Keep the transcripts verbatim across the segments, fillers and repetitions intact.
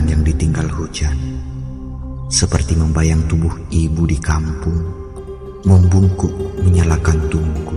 kenangan yang ditinggal hujan, seperti membayang tubuh ibu di kampung, membungkuk menyalakan tungku.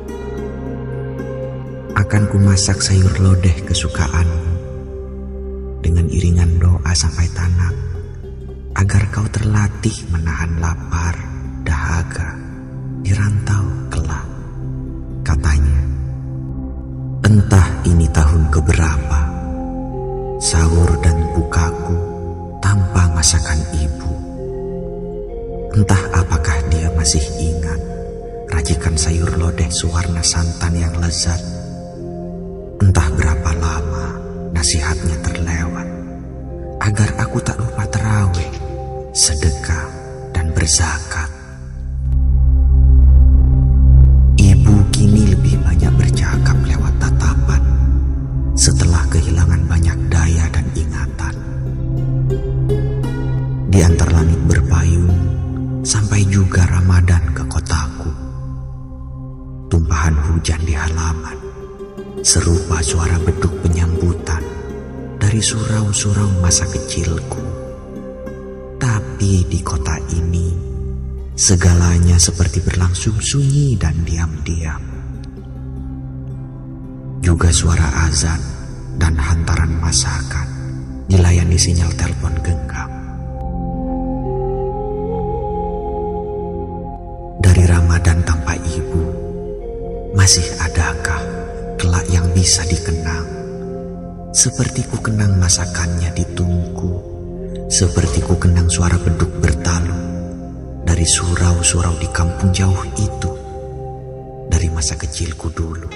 Akan ku masak sayur lodeh kesukaanmu, dengan iringan doa sampai tanak, agar kau terlatih menahan lapar, dahaga, di rantau kelak. Katanya, entah ini tahun keberapa, sahur dan bukaku tanpa masakan ibu. Entah apakah dia masih ingat racikan sayur lodeh sewarna santan yang lezat. Entah berapa lama nasihatnya terlewat, agar aku tak lupa terawih, sedekah, dan berzakat. Ibu kini lebih banyak bercakap lewat tatapan, setelah kehilangan banyak daya dan ingatan. Di antar langit berpayung, sampai juga Ramadan ke kotaku. Tumpahan hujan di halaman, serupa suara beduk penyambutan dari surau-surau masa kecilku. Tapi di kota ini, segalanya seperti berlangsung sunyi dan diam-diam. Juga suara azan dan hantaran masakan dilayani sinyal telepon genggam. Dari Ramadan tanpa ibu, masih adakah kelak yang bisa dikenang? Seperti ku kenang masakannya di tungku, seperti ku kenang suara beduk bertalu dari surau-surau di kampung jauh itu, dari masa kecilku dulu.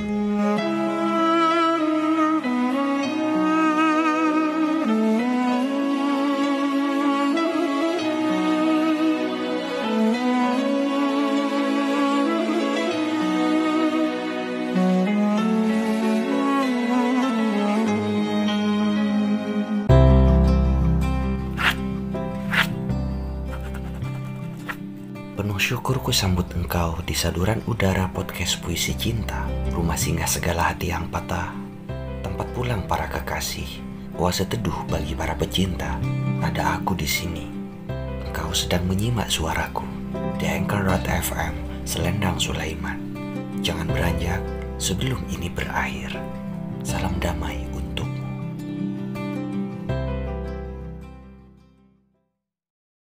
Penuh syukur ku sambut engkau di saluran udara podcast Puisi Cinta, rumah singgah segala hati yang patah, tempat pulang para kekasih, oase teduh bagi para pecinta. Ada aku di sini. Engkau sedang menyimak suaraku di Anchor dot F M Selendang Sulaiman. Jangan beranjak sebelum ini berakhir. Salam damai